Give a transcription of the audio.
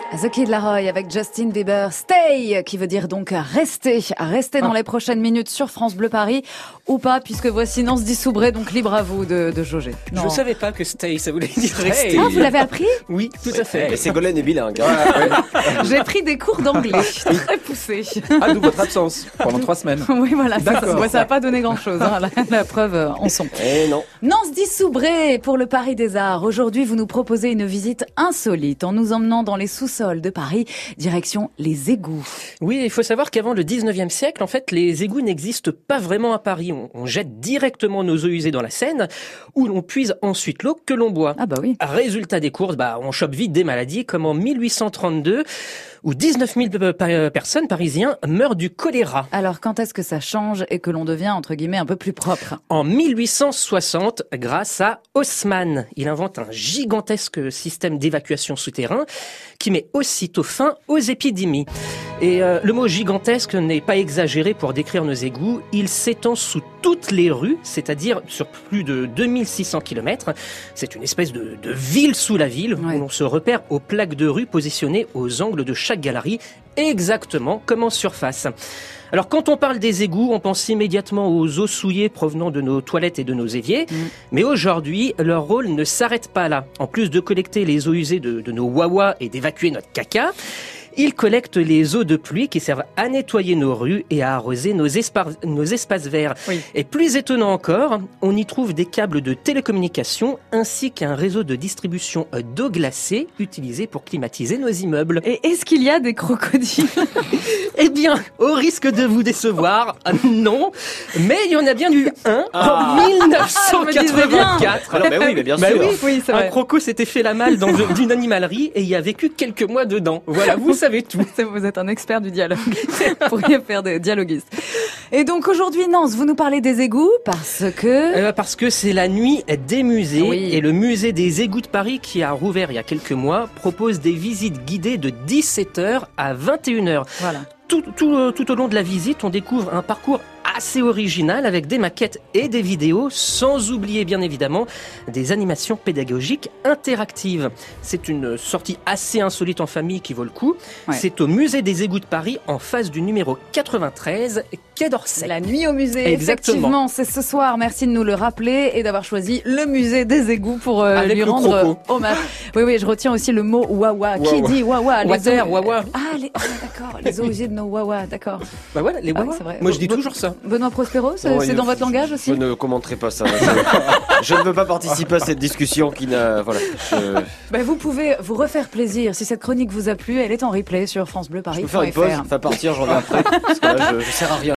The Kid Laroi avec Justin Bieber, Stay, qui veut dire donc rester dans les prochaines minutes sur France Bleu Paris, ou pas, puisque voici Nance Dissoubré, donc libre à vous de jauger. Je ne savais pas que Stay, ça voulait dire rester. Ah, vous l'avez appris? Oui, tout à fait. Et Ségolène est bilingue. J'ai pris des cours d'anglais, très poussés. Ah, d'où votre absence pendant 3 semaines. Oui, voilà, ça n'a pas donné grand-chose, hein, la preuve en son. Eh non. Nance Dissoubré pour le Paris des Arts. Aujourd'hui, vous nous proposez une visite insolite en nous emmenant dans les sous-sols de Paris, direction les égouts. Oui, il faut savoir qu'avant le 19e siècle, en fait, les égouts n'existent pas vraiment à Paris. On jette directement nos eaux usées dans la Seine, où l'on puise ensuite l'eau que l'on boit. Ah bah oui. Résultat des courses, on chope vite des maladies, comme en 1832, où 19 000 personnes parisiens meurent du choléra. Alors, quand est-ce que ça change et que l'on devient, entre guillemets, un peu plus propre? En 1860, grâce à Haussmann. Il invente un gigantesque système d'évacuation souterrain qui met aussitôt fin aux épidémies. Et le mot gigantesque n'est pas exagéré pour décrire nos égouts. Il s'étend sous toutes les rues, c'est-à-dire sur plus de 2600 km. C'est une espèce de ville sous la ville, où l'on se repère aux plaques de rue positionnées aux angles de chaque galerie, exactement comme en surface. Alors quand on parle des égouts, on pense immédiatement aux eaux souillées provenant de nos toilettes et de nos éviers. Mais aujourd'hui, leur rôle ne s'arrête pas là. En plus de collecter les eaux usées de nos wawas et d'évacuer notre caca, ils collectent les eaux de pluie qui servent à nettoyer nos rues et à arroser nos espaces verts. Oui. Et plus étonnant encore, on y trouve des câbles de télécommunication ainsi qu'un réseau de distribution d'eau glacée utilisé pour climatiser nos immeubles. Et est-ce qu'il y a des crocodiles? Eh bien, au risque de vous décevoir, non. Mais il y en a bien eu un en 1984. Alors, oui, mais bien sûr. Oui, c'est vrai. Un croco s'était fait la malle dans une animalerie et y a vécu quelques mois dedans. Voilà, vous savez tout. Vous êtes un expert du dialogue. Vous pourriez faire des dialoguistes. Et donc aujourd'hui, Nance, vous nous parlez des égouts parce que c'est la nuit des musées. Oui. Et le musée des égouts de Paris, qui a rouvert il y a quelques mois, propose des visites guidées de 17h à 21h. Voilà. Tout au long de la visite, on découvre un parcours assez original avec des maquettes et des vidéos, sans oublier bien évidemment des animations pédagogiques interactives. C'est une sortie assez insolite en famille qui vaut le coup. Ouais. C'est au musée des égouts de Paris, en face du numéro 93, quai d'Orsay. La nuit au musée, exactement. Effectivement, c'est ce soir. Merci de nous le rappeler et d'avoir choisi le musée des égouts pour lui rendre hommage. Oui, je retiens aussi le mot wawa. Qui dit wawa? Wawa. D'accord, les eaux usées de nos wawa, d'accord. Bah voilà, les wawa. Moi je dis toujours ça. Benoît Prospero, c'est dans votre langage aussi? Je ne commenterai pas ça. Je ne veux pas participer à cette discussion qui n'a... Voilà. Vous pouvez vous refaire plaisir. Si cette chronique vous a plu, elle est en replay sur francebleuparis.fr. Je peux faire une pause, partir, j'en ai après. Parce que là, je sers à rien.